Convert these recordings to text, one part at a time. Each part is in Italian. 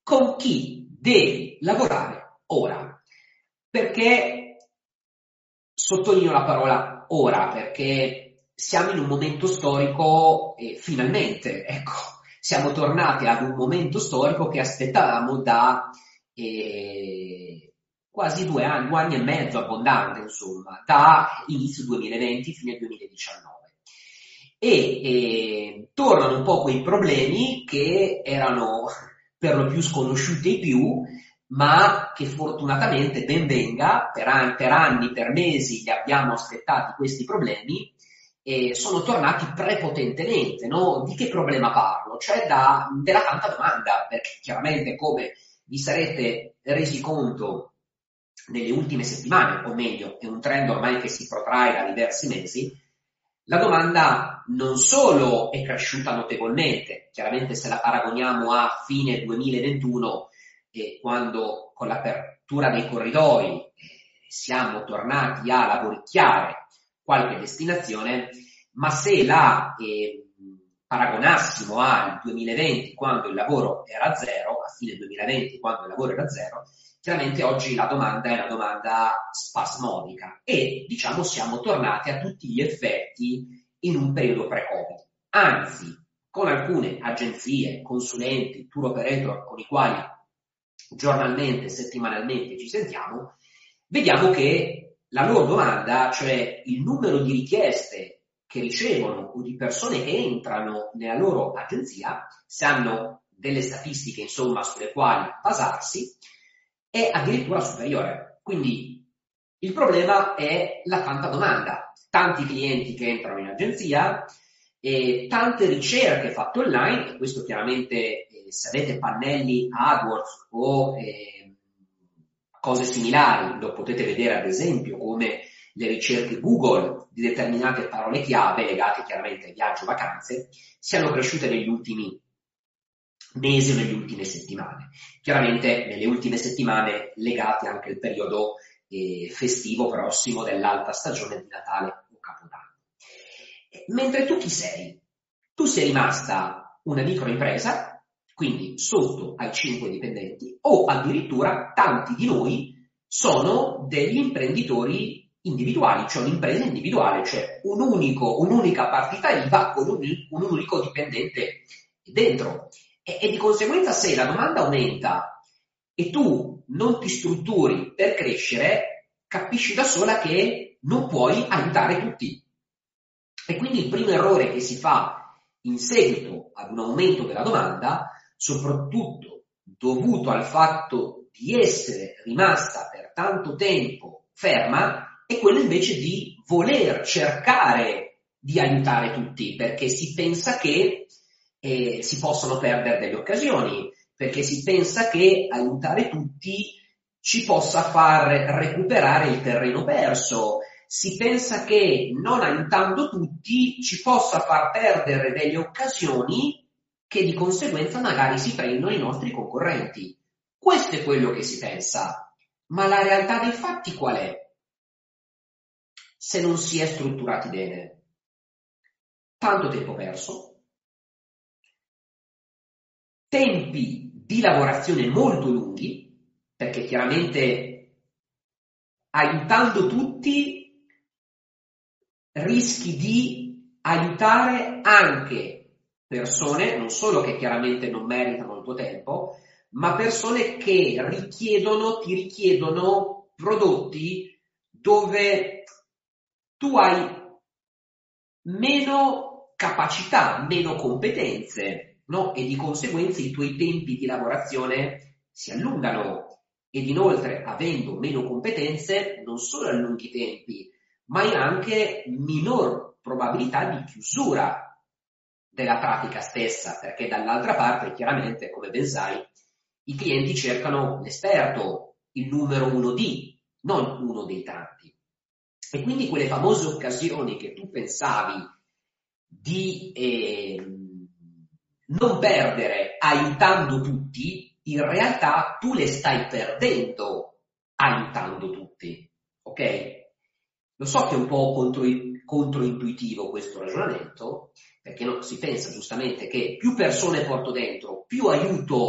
con chi devi lavorare ora. Perché sottolineo la parola ora? Perché siamo in un momento storico e finalmente, ecco, siamo tornati ad un momento storico che aspettavamo da quasi 2 anni e mezzo abbondante, insomma, da inizio 2020 fine 2019. E tornano un po' quei problemi che erano per lo più sconosciuti ai più, ma che fortunatamente ben venga, per anni, per mesi li abbiamo aspettati questi problemi, e sono tornati prepotentemente, no? Di che problema parlo? Cioè della tanta domanda, perché chiaramente, come vi sarete resi conto nelle ultime settimane, o meglio, è un trend ormai che si protrae da diversi mesi, la domanda non solo è cresciuta notevolmente, chiaramente se la paragoniamo a fine 2021, quando con l'apertura dei corridoi siamo tornati a lavoricchiare qualche destinazione, ma se la paragonassimo al 2020, quando il lavoro era zero, a fine 2020, quando il lavoro era zero, chiaramente oggi la domanda è una domanda spasmodica e, diciamo, siamo tornati a tutti gli effetti in un periodo pre-Covid. Anzi, con alcune agenzie, consulenti, tour operator con i quali giornalmente, settimanalmente ci sentiamo, vediamo che la loro domanda, cioè il numero di richieste che ricevono o di persone che entrano nella loro agenzia, se hanno delle statistiche, insomma, sulle quali basarsi, è addirittura superiore. Quindi il problema è la tanta domanda, tanti clienti che entrano in agenzia, tante ricerche fatte online, e questo chiaramente se avete pannelli AdWords o cose similari, lo potete vedere ad esempio come le ricerche Google di determinate parole chiave legate chiaramente ai viaggi o vacanze, siano cresciute negli ultimi mesi o nelle ultime settimane. Chiaramente nelle ultime settimane legate anche al periodo festivo prossimo dell'alta stagione di Natale o Capodanno. Mentre tu chi sei? Tu sei rimasta una microimpresa, quindi sotto ai 5 dipendenti, o addirittura tanti di noi sono degli imprenditori individuali, cioè un'impresa individuale, cioè un'unica partita IVA con un unico dipendente dentro. E di conseguenza, se la domanda aumenta e tu non ti strutturi per crescere, capisci da sola che non puoi aiutare tutti. E quindi il primo errore che si fa in seguito ad un aumento della domanda, soprattutto dovuto al fatto di essere rimasta per tanto tempo ferma, è quello invece di voler cercare di aiutare tutti, perché si pensa che si possono perdere delle occasioni, perché si pensa che aiutare tutti ci possa far recuperare il terreno perso, si pensa che non aiutando tutti ci possa far perdere delle occasioni che di conseguenza magari si prendono i nostri concorrenti. Questo è quello che si pensa, ma la realtà dei fatti qual è? Se non si è strutturati bene, tanto tempo perso, tempi di lavorazione molto lunghi, perché chiaramente aiutando tutti rischi di aiutare anche persone, non solo che chiaramente non meritano il tuo tempo, ma persone che ti richiedono prodotti dove tu hai meno capacità, meno competenze, no? E di conseguenza i tuoi tempi di lavorazione si allungano ed inoltre, avendo meno competenze, non solo allunghi i tempi, ma hai anche minor probabilità di chiusura della pratica stessa, perché dall'altra parte, chiaramente, come ben sai, i clienti cercano l'esperto, il numero uno di, non uno dei tanti. E quindi quelle famose occasioni che tu pensavi di non perdere aiutando tutti, in realtà tu le stai perdendo aiutando tutti, ok? Lo so che è un po' controintuitivo questo ragionamento, perché si pensa giustamente che più persone porto dentro, più aiuto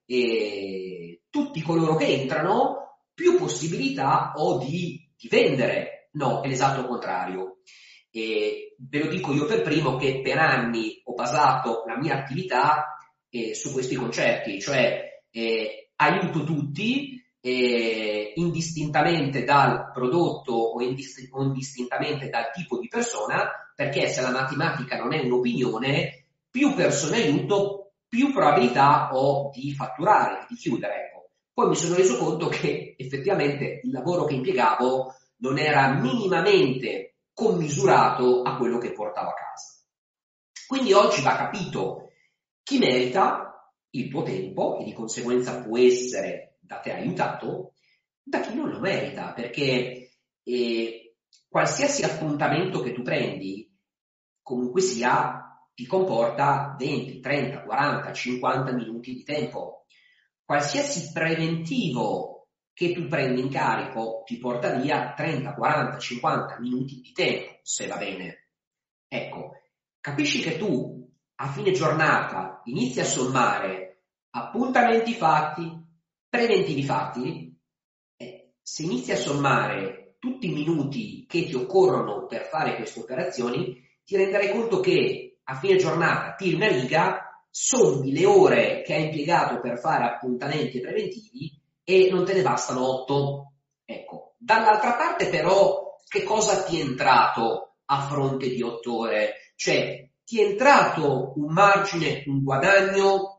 tutti coloro che entrano, più possibilità ho di vendere. No, è l'esatto contrario. Ve lo dico io per primo che per anni ho basato la mia attività su questi concetti, cioè aiuto tutti indistintamente dal prodotto o indistintamente dal tipo di persona, perché se la matematica non è un'opinione, più persone aiuto, più probabilità ho di fatturare, di chiudere. Ecco. Poi mi sono reso conto che effettivamente il lavoro che impiegavo non era minimamente commisurato a quello che portavo a casa. Quindi oggi va capito chi merita il tuo tempo e di conseguenza può essere da te aiutato, da chi non lo merita, perché qualsiasi appuntamento che tu prendi, comunque sia, ti comporta 20, 30, 40, 50 minuti di tempo. Qualsiasi preventivo che tu prendi in carico ti porta via 30, 40, 50 minuti di tempo, se va bene. Ecco, capisci che tu a fine giornata inizi a sommare appuntamenti fatti, preventivi fatti, se inizi a sommare tutti i minuti che ti occorrono per fare queste operazioni, ti renderai conto che a fine giornata tiri una riga, sommi le ore che hai impiegato per fare appuntamenti preventivi e non te ne bastano 8. Ecco, dall'altra parte però che cosa ti è entrato a fronte di 8 ore? Cioè, ti è entrato un margine, un guadagno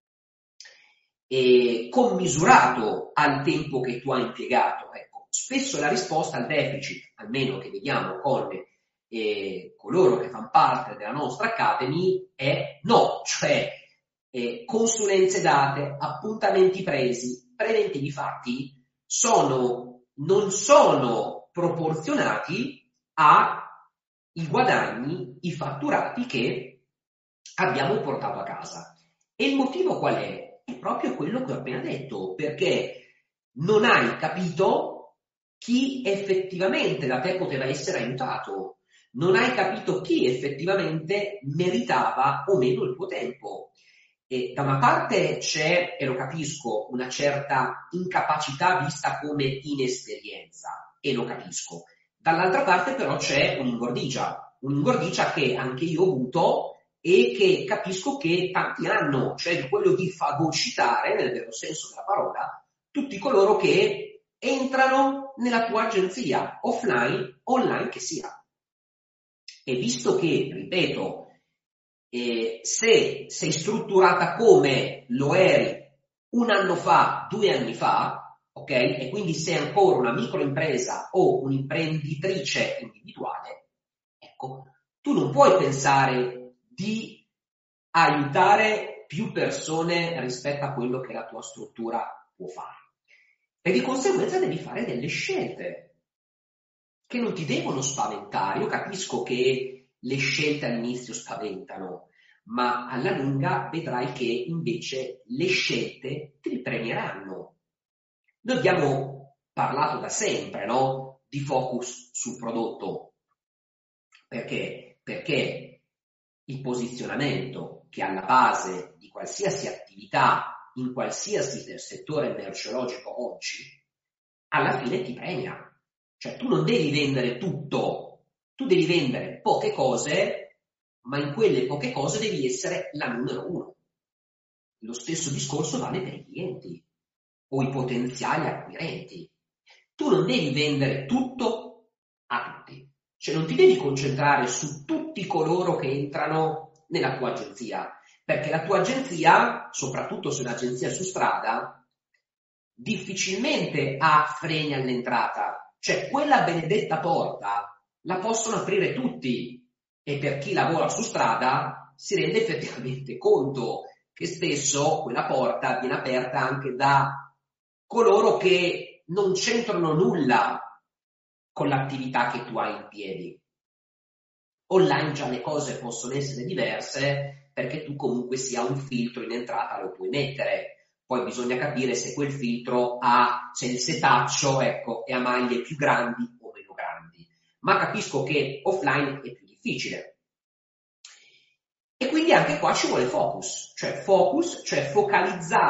commisurato al tempo che tu hai impiegato. Ecco, spesso la risposta al deficit, almeno che vediamo con coloro che fanno parte della nostra Academy, è no, cioè consulenze date, appuntamenti presi, preventivi fatti, non sono proporzionati ai guadagni, i fatturati che abbiamo portato a casa. E il motivo qual è? È proprio quello che ho appena detto, perché non hai capito chi effettivamente da te poteva essere aiutato, non hai capito chi effettivamente meritava o meno il tuo tempo. E da una parte c'è, e lo capisco, una certa incapacità vista come inesperienza, e lo capisco. Dall'altra parte però c'è un'ingordigia che anche io ho avuto e che capisco che tanti hanno, cioè quello di fagocitare, nel vero senso della parola, tutti coloro che entrano nella tua agenzia, offline, online che sia. E visto che, ripeto, se sei strutturata come lo eri un anno fa, 2 anni fa, ok? E quindi sei ancora una microimpresa o un'imprenditrice individuale, ecco, tu non puoi pensare di aiutare più persone rispetto a quello che la tua struttura può fare. E di conseguenza devi fare delle scelte che non ti devono spaventare. Io capisco che le scelte all'inizio spaventano, ma alla lunga vedrai che invece le scelte ti premieranno. Noi abbiamo parlato da sempre, no? Di focus sul prodotto. Perché? Perché il posizionamento che è alla base di qualsiasi attività in qualsiasi settore merceologico oggi, alla fine ti premia. Cioè tu non devi vendere tutto, tu devi vendere poche cose, ma in quelle poche cose devi essere la numero 1. Lo stesso discorso vale per i clienti o i potenziali acquirenti. Tu non devi vendere tutto a tutti, cioè non ti devi concentrare su tutti coloro che entrano nella tua agenzia, perché la tua agenzia, soprattutto se è un'agenzia su strada, difficilmente ha freni all'entrata, cioè quella benedetta porta la possono aprire tutti e per chi lavora su strada si rende effettivamente conto che spesso quella porta viene aperta anche da coloro che non c'entrano nulla con l'attività che tu hai in piedi. Online già le cose possono essere diverse perché tu comunque sia un filtro in entrata lo puoi mettere. Poi bisogna capire se quel filtro c'è il setaccio, ecco, e ha maglie più grandi o meno grandi. Ma capisco che offline è più difficile. E quindi anche qua ci vuole focus, cioè focalizzare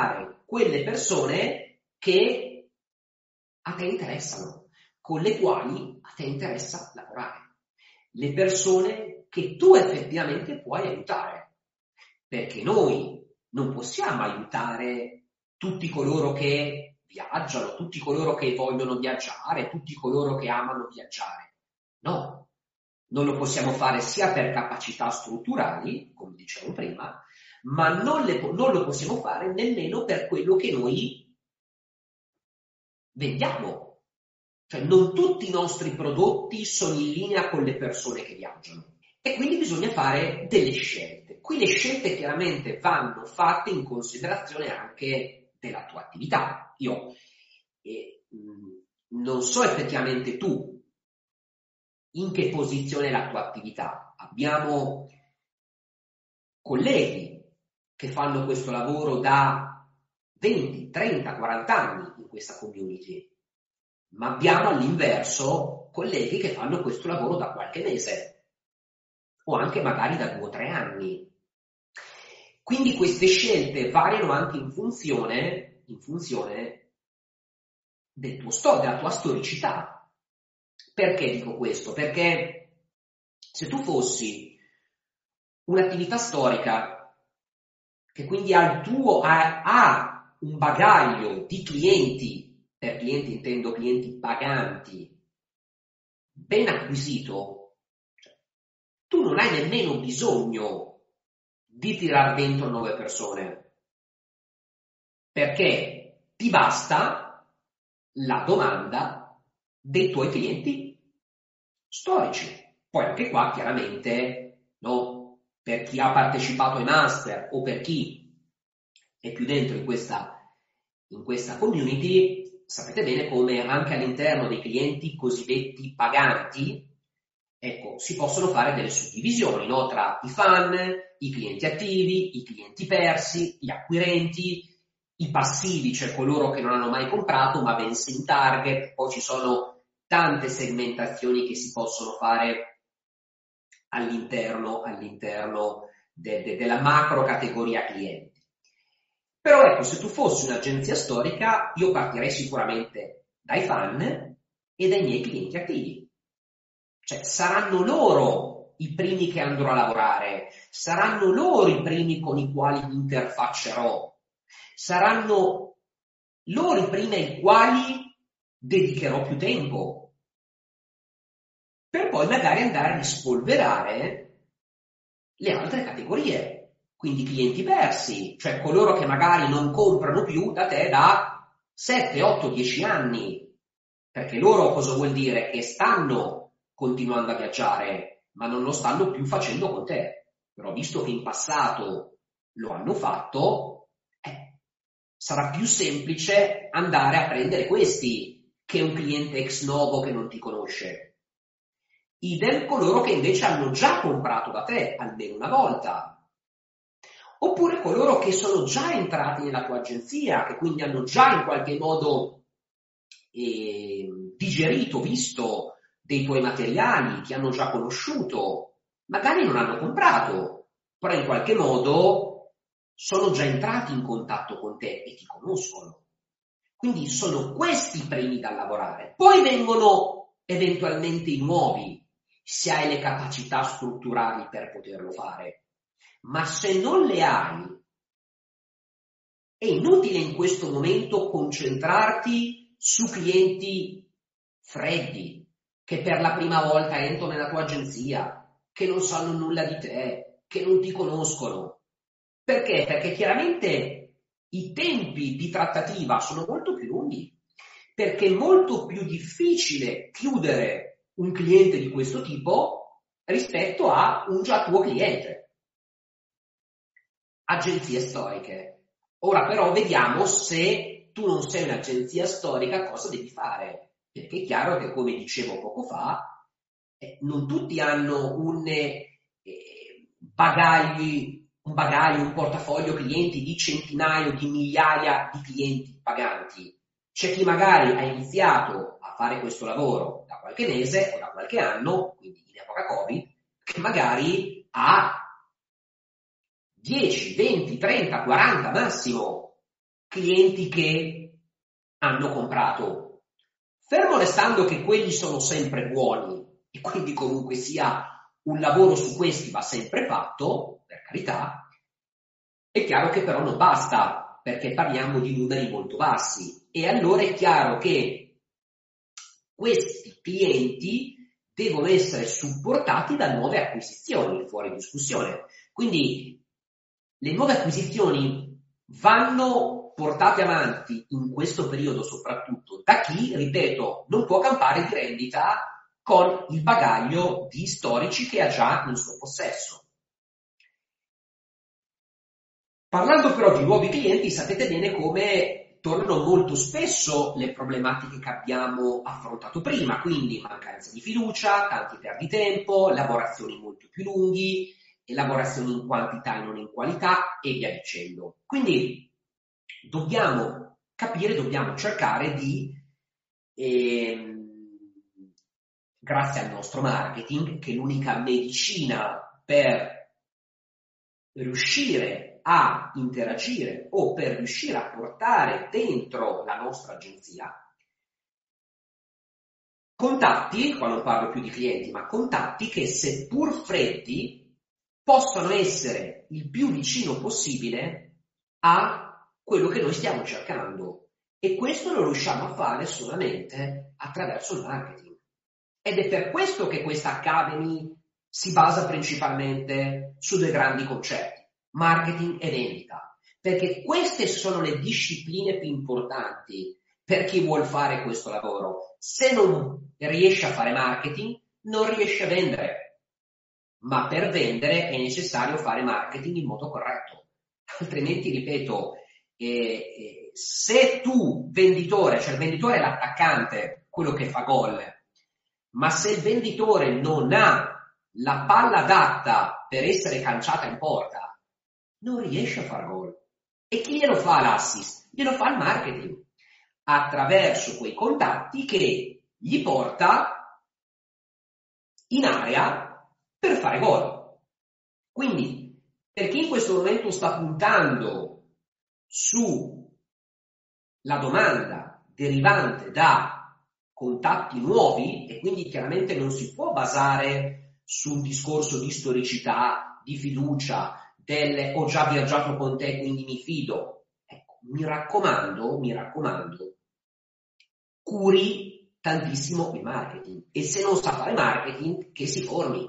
quelle persone che a te interessano, con le quali a te interessa lavorare, le persone che tu effettivamente puoi aiutare, perché noi non possiamo aiutare tutti coloro che viaggiano, tutti coloro che vogliono viaggiare, tutti coloro che amano viaggiare. No, non lo possiamo fare sia per capacità strutturali, come dicevo prima, ma non lo possiamo fare nemmeno per quello che noi vendiamo. Cioè non tutti i nostri prodotti sono in linea con le persone che viaggiano e quindi bisogna fare delle scelte. Qui le scelte chiaramente vanno fatte in considerazione anche della tua attività. Io non so effettivamente tu in che posizione è la tua attività. Abbiamo colleghi che fanno questo lavoro da 20, 30, 40 anni in questa community, ma abbiamo all'inverso colleghi che fanno questo lavoro da qualche mese o anche magari da 2 o 3 anni. Quindi queste scelte variano anche in funzione del della tua storicità. Perché dico questo? Perché se tu fossi un'attività storica che quindi ha un bagaglio di clienti, per clienti intendo clienti paganti, ben acquisito, tu non hai nemmeno bisogno di tirar dentro nuove persone, perché ti basta la domanda dei tuoi clienti storici. Poi anche qua chiaramente, no, per chi ha partecipato ai master o per chi è più dentro in questa community, sapete bene come anche all'interno dei clienti cosiddetti paganti, ecco, si possono fare delle suddivisioni, no? Tra i fan, i clienti attivi, i clienti persi, gli acquirenti, i passivi, cioè coloro che non hanno mai comprato ma bensì in target. Poi ci sono tante segmentazioni che si possono fare all'interno della macro categoria clienti. Però ecco, se tu fossi un'agenzia storica, io partirei sicuramente dai fan e dai miei clienti attivi. Cioè saranno loro i primi che andrò a lavorare, saranno loro i primi con i quali mi interfaccerò, saranno loro i primi ai quali dedicherò più tempo, per poi magari andare a rispolverare le altre categorie. Quindi clienti persi, cioè coloro che magari non comprano più da te da 7, 8, 10 anni, perché loro cosa vuol dire? Che stanno continuando a viaggiare, ma non lo stanno più facendo con te. Però visto che in passato lo hanno fatto, sarà più semplice andare a prendere questi che un cliente ex novo che non ti conosce. Idem coloro che invece hanno già comprato da te almeno una volta. Oppure coloro che sono già entrati nella tua agenzia, che quindi hanno già in qualche modo digerito, visto dei tuoi materiali, ti hanno già conosciuto, magari non hanno comprato, però in qualche modo sono già entrati in contatto con te e ti conoscono. Quindi sono questi i primi da lavorare. Poi vengono eventualmente i nuovi, se hai le capacità strutturali per poterlo fare. Ma se non le hai, è inutile in questo momento concentrarti su clienti freddi, che per la prima volta entrano nella tua agenzia, che non sanno nulla di te, che non ti conoscono. Perché? Perché chiaramente i tempi di trattativa sono molto più lunghi, perché è molto più difficile chiudere un cliente di questo tipo rispetto a un già tuo cliente. Agenzie storiche. Ora però vediamo se tu non sei un'agenzia storica cosa devi fare, perché è chiaro che come dicevo poco fa non tutti hanno un bagaglio, un portafoglio clienti di centinaio, di migliaia di clienti paganti. C'è chi magari ha iniziato a fare questo lavoro da qualche mese o da qualche anno, quindi in epoca Covid, che magari ha 10, 20, 30, 40 massimo clienti che hanno comprato. Fermo restando che quelli sono sempre buoni e quindi comunque sia un lavoro su questi va sempre fatto, per carità, è chiaro che però non basta, perché parliamo di numeri molto bassi e allora è chiaro che questi clienti devono essere supportati da nuove acquisizioni, fuori discussione. Quindi le nuove acquisizioni vanno portate avanti in questo periodo soprattutto da chi, ripeto, non può campare di rendita con il bagaglio di storici che ha già nel suo possesso. Parlando però di nuovi clienti, sapete bene come tornano molto spesso le problematiche che abbiamo affrontato prima, quindi mancanza di fiducia, tanti perditempo, lavorazioni molto più lunghi, lavorazioni in quantità e non in qualità e via dicendo. Quindi dobbiamo capire, dobbiamo cercare di, grazie al nostro marketing, che è l'unica medicina per riuscire a interagire o per riuscire a portare dentro la nostra agenzia contatti, qua non parlo più di clienti, ma contatti che seppur freddi possano essere il più vicino possibile a quello che noi stiamo cercando e questo lo riusciamo a fare solamente attraverso il marketing ed è per questo che questa Academy si basa principalmente su due grandi concetti, marketing e vendita, perché queste sono le discipline più importanti per chi vuol fare questo lavoro. Se non riesce a fare marketing, non riesce a vendere, ma per vendere è necessario fare marketing in modo corretto, altrimenti, ripeto, se tu venditore, cioè il venditore è l'attaccante, quello che fa gol, ma se il venditore non ha la palla adatta per essere calciata in porta, non riesce a far gol. E chi glielo fa l'assist? Glielo fa il marketing, attraverso quei contatti che gli porta in area per fare gol. Quindi, per chi in questo momento sta puntando sulla domanda derivante da contatti nuovi e quindi chiaramente non si può basare sul discorso di storicità, di fiducia, del ho già viaggiato con te quindi mi fido. Ecco, mi raccomando, curi tantissimo il marketing e se non sa fare marketing che si formi.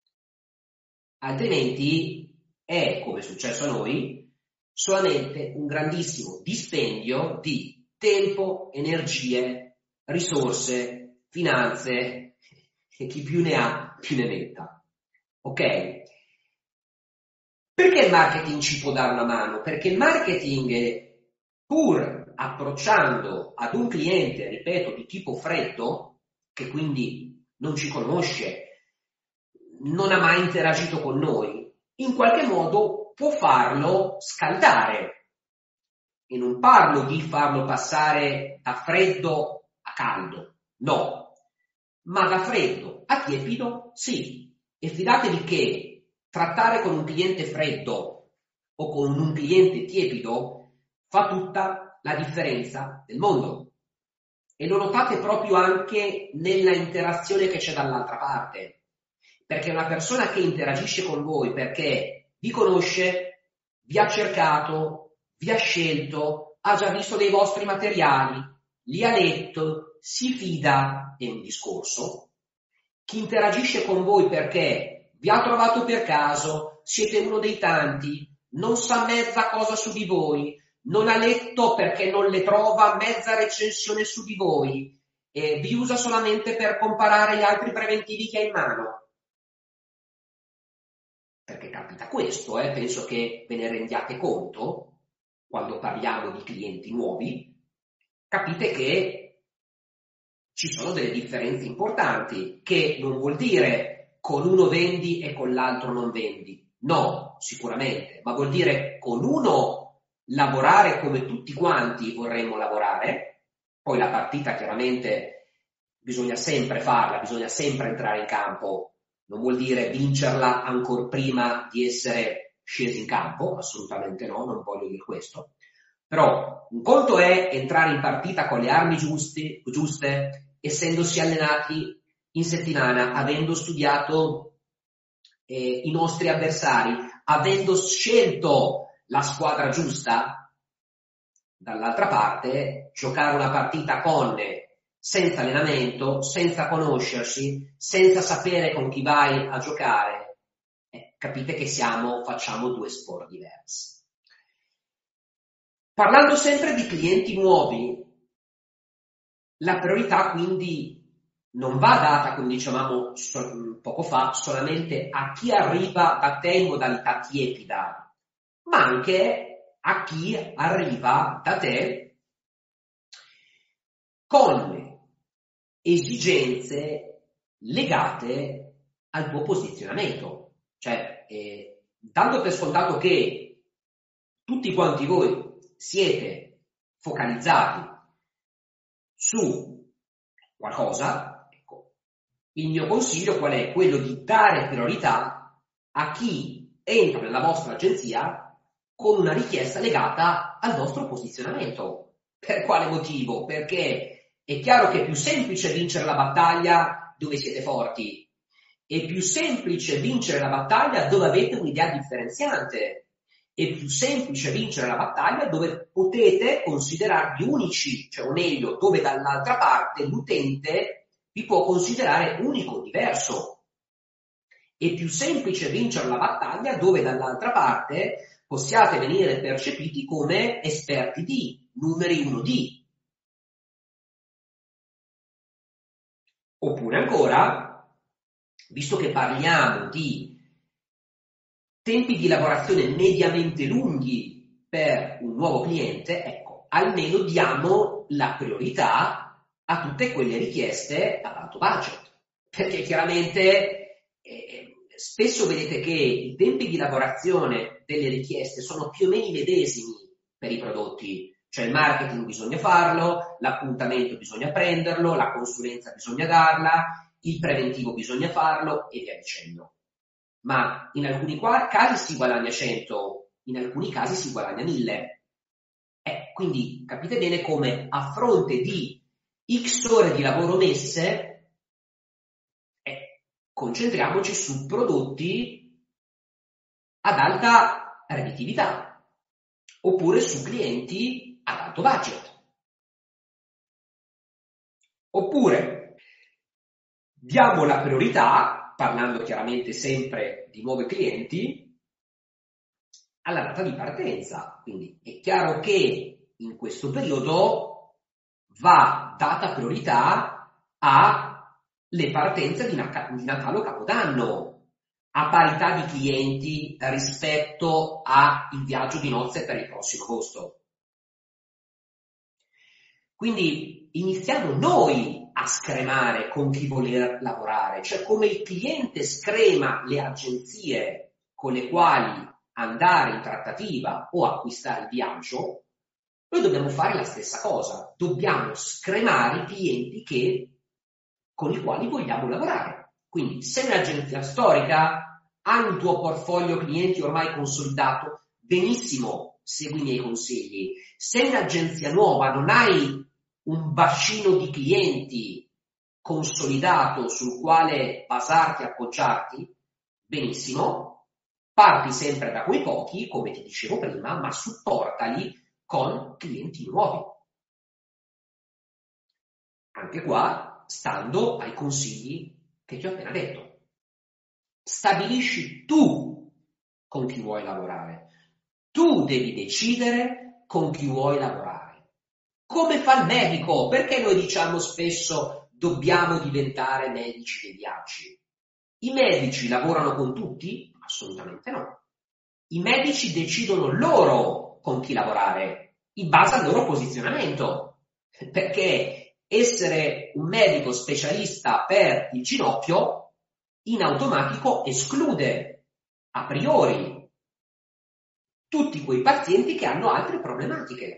Altrimenti è, come è successo a noi, solamente un grandissimo dispendio di tempo, energie, risorse, finanze e chi più ne ha più ne metta. Ok? Perché il marketing ci può dare una mano? Perché il marketing, pur approcciando ad un cliente, ripeto, di tipo freddo, che quindi non ci conosce, non ha mai interagito con noi, in qualche modo può farlo scaldare. E non parlo di farlo passare da freddo a caldo, no, ma da freddo a tiepido sì. E fidatevi che trattare con un cliente freddo o con un cliente tiepido fa tutta la differenza del mondo. E lo notate proprio anche nella interazione che c'è dall'altra parte. Perché una persona che interagisce con voi perché vi conosce, vi ha cercato, vi ha scelto, ha già visto dei vostri materiali, li ha letto, si fida, è un discorso. Chi interagisce con voi perché vi ha trovato per caso, siete uno dei tanti, non sa mezza cosa su di voi, non ha letto perché non le trova mezza recensione su di voi, e vi usa solamente per comparare gli altri preventivi che ha in mano. Perché capita questo, penso che ve ne rendiate conto quando parliamo di clienti nuovi, capite che ci sono delle differenze importanti, che non vuol dire con uno vendi e con l'altro non vendi, no, sicuramente, ma vuol dire con uno lavorare come tutti quanti vorremmo lavorare, poi la partita chiaramente bisogna sempre farla, bisogna sempre entrare in campo, non vuol dire vincerla ancora prima di essere scesi in campo, assolutamente no, non voglio dire questo, Però un conto è entrare in partita con le armi giuste, essendosi allenati in settimana, avendo studiato i nostri avversari, avendo scelto la squadra giusta. Dall'altra parte, giocare una partita senza allenamento, senza conoscersi, senza sapere con chi vai a giocare, capite che facciamo due sport diversi. Parlando sempre di clienti nuovi, la priorità quindi non va data, come dicevamo poco fa, solamente a chi arriva da te in modalità tiepida, ma anche a chi arriva da te con esigenze legate al tuo posizionamento. Cioè, dando per scontato che tutti quanti voi siete focalizzati su qualcosa, ecco, il mio consiglio qual è? Quello di dare priorità a chi entra nella vostra agenzia con una richiesta legata al vostro posizionamento. Per quale motivo? Perché è chiaro che è più semplice vincere la battaglia dove siete forti, è più semplice vincere la battaglia dove avete un'idea differenziante, è più semplice vincere la battaglia dove potete considerarvi unici, cioè o meglio, dove dall'altra parte l'utente vi può considerare unico, diverso. È più semplice vincere la battaglia dove dall'altra parte possiate venire percepiti come esperti di, numeri 1 di. Oppure ancora, visto che parliamo di tempi di lavorazione mediamente lunghi per un nuovo cliente, ecco, almeno diamo la priorità a tutte quelle richieste ad alto budget, perché chiaramente spesso vedete che i tempi di lavorazione delle richieste sono più o meno i medesimi per i prodotti, cioè il marketing bisogna farlo, l'appuntamento bisogna prenderlo, la consulenza bisogna darla, il preventivo bisogna farlo e via dicendo. Ma in alcuni casi si guadagna 100, in alcuni casi si guadagna 1000. Quindi capite bene come a fronte di X ore di lavoro messe, concentriamoci su prodotti ad alta redditività, oppure su clienti ad alto budget. Oppure diamo la priorità, parlando chiaramente sempre di nuovi clienti, alla data di partenza. Quindi è chiaro che in questo periodo va data priorità alle partenze di Natale o Capodanno, a parità di clienti rispetto al viaggio di nozze per il prossimo agosto. Quindi iniziamo noi a scremare con chi voler lavorare, cioè come il cliente screma le agenzie con le quali andare in trattativa o acquistare il viaggio, noi dobbiamo fare la stessa cosa, dobbiamo scremare i clienti con i quali vogliamo lavorare. Quindi se un'agenzia storica ha un tuo portfolio clienti ormai consolidato, benissimo, segui i miei consigli. Se un'agenzia nuova non hai un bacino di clienti consolidato sul quale basarti e appoggiarti, benissimo, parti sempre da quei pochi, come ti dicevo prima, ma supportali con clienti nuovi. Anche qua, stando ai consigli che ti ho appena detto. Stabilisci tu con chi vuoi lavorare. Tu devi decidere con chi vuoi lavorare. Come fa il medico? Perché noi diciamo spesso dobbiamo diventare medici dei viaggi? I medici lavorano con tutti? Assolutamente no. I medici decidono loro con chi lavorare, in base al loro posizionamento. Perché essere un medico specialista per il ginocchio in automatico esclude a priori tutti quei pazienti che hanno altre problematiche.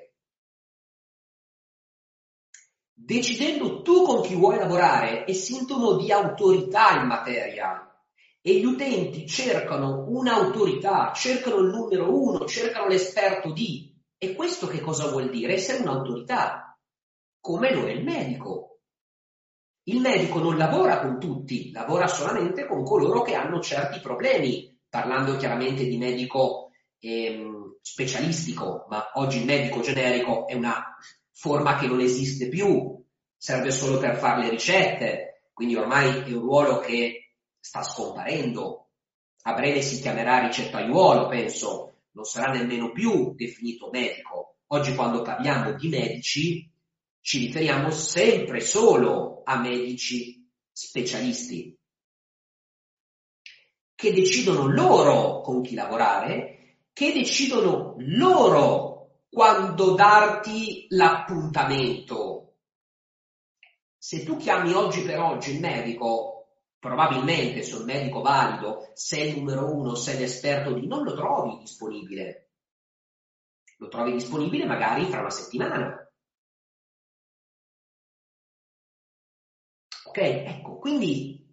Decidendo tu con chi vuoi lavorare è sintomo di autorità in materia e gli utenti cercano un'autorità, cercano il numero 1, cercano l'esperto di, E questo che cosa vuol dire? Essere un'autorità, come lo è il medico. Il medico non lavora con tutti, lavora solamente con coloro che hanno certi problemi, parlando chiaramente di medico specialistico, ma oggi il medico generico è una forma che non esiste più, serve solo per fare le ricette, quindi ormai è un ruolo che sta scomparendo. A breve si chiamerà ricettaiuolo, penso, non sarà nemmeno più definito medico. Oggi quando parliamo di medici ci riferiamo sempre solo a medici specialisti che decidono loro con chi lavorare, che decidono loro quando darti l'appuntamento. Se tu chiami oggi per oggi il medico, probabilmente se è un medico valido, se è il numero uno, se è l'esperto non lo trovi disponibile. Lo trovi disponibile magari fra una settimana. Ok, ecco, quindi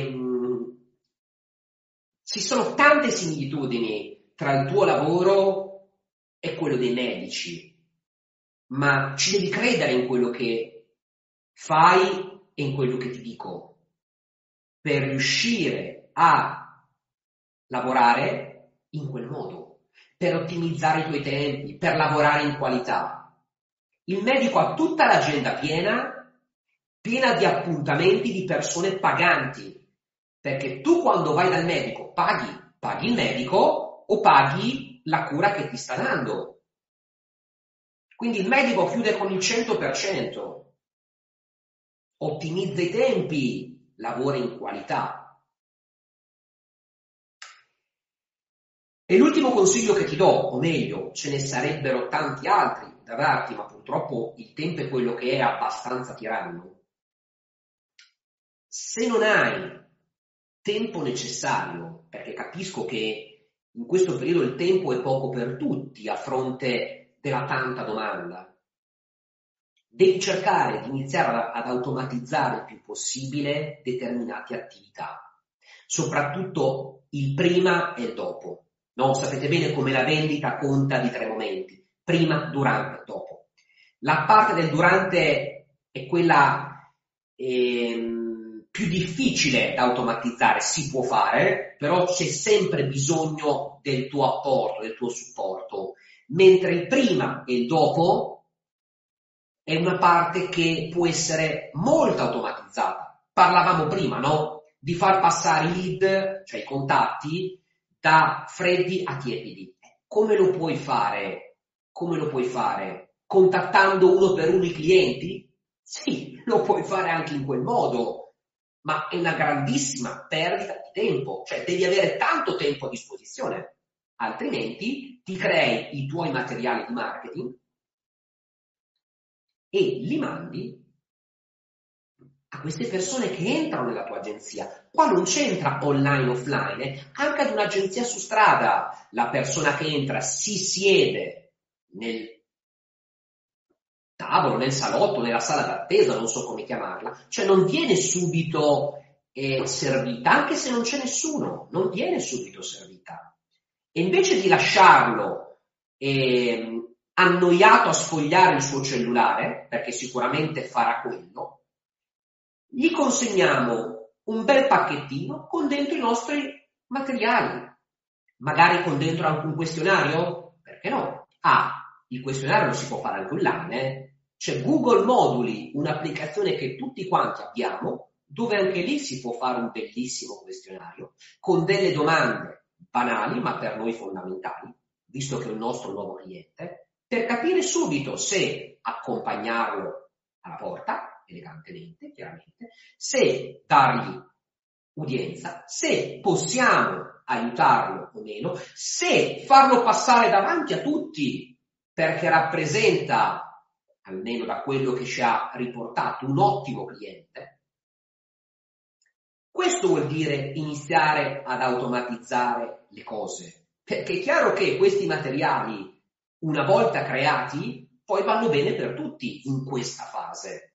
ci sono tante similitudini tra il tuo lavoro e quello dei medici, ma ci devi credere in quello che fai e in quello che ti dico per riuscire a lavorare in quel modo, per ottimizzare i tuoi tempi, per lavorare in qualità. Il medico ha tutta l'agenda piena di appuntamenti di persone paganti, perché tu quando vai dal medico paghi il medico o paghi la cura che ti sta dando. Quindi il medico chiude con il 100%, ottimizza i tempi, lavora in qualità. E l'ultimo consiglio che ti do, o meglio, ce ne sarebbero tanti altri da darti, ma purtroppo il tempo è quello che è, abbastanza tiranno. Se non hai tempo necessario, perché capisco che in questo periodo il tempo è poco per tutti a fronte della tanta domanda, devi cercare di iniziare ad automatizzare il più possibile determinate attività, soprattutto il prima e il dopo. No? Sapete bene come la vendita conta di 3 momenti, prima, durante e dopo. La parte del durante è quella più difficile da automatizzare, si può fare, però c'è sempre bisogno del tuo apporto, del tuo supporto, mentre il prima e il dopo è una parte che può essere molto automatizzata. Parlavamo prima, no? Di far passare i lead, cioè i contatti, da freddi a tiepidi. Come lo puoi fare? Come lo puoi fare? Contattando uno per uno i clienti? Sì, lo puoi fare anche in quel modo, ma è una grandissima perdita di tempo, cioè devi avere tanto tempo a disposizione, altrimenti ti crei i tuoi materiali di marketing e li mandi a queste persone che entrano nella tua agenzia. Qua non c'entra online, offline, anche ad un'agenzia su strada. La persona che entra si siede nel tavolo, nel salotto, nella sala d'attesa, non so come chiamarla, cioè non viene subito servita, anche se non c'è nessuno, non viene subito servita. E invece di lasciarlo annoiato a sfogliare il suo cellulare, perché sicuramente farà quello, gli consegniamo un bel pacchettino con dentro i nostri materiali, magari con dentro anche un questionario, perché no? Il questionario lo si può fare anche online, C'è Google Moduli, un'applicazione che tutti quanti abbiamo, dove anche lì si può fare un bellissimo questionario, con delle domande banali, ma per noi fondamentali, visto che è il nostro nuovo cliente, per capire subito se accompagnarlo alla porta, elegantemente, chiaramente, se dargli udienza, se possiamo aiutarlo o meno, se farlo passare davanti a tutti perché rappresenta, almeno da quello che ci ha riportato, un ottimo cliente. Questo vuol dire iniziare ad automatizzare le cose, perché è chiaro che questi materiali, una volta creati, poi vanno bene per tutti in questa fase.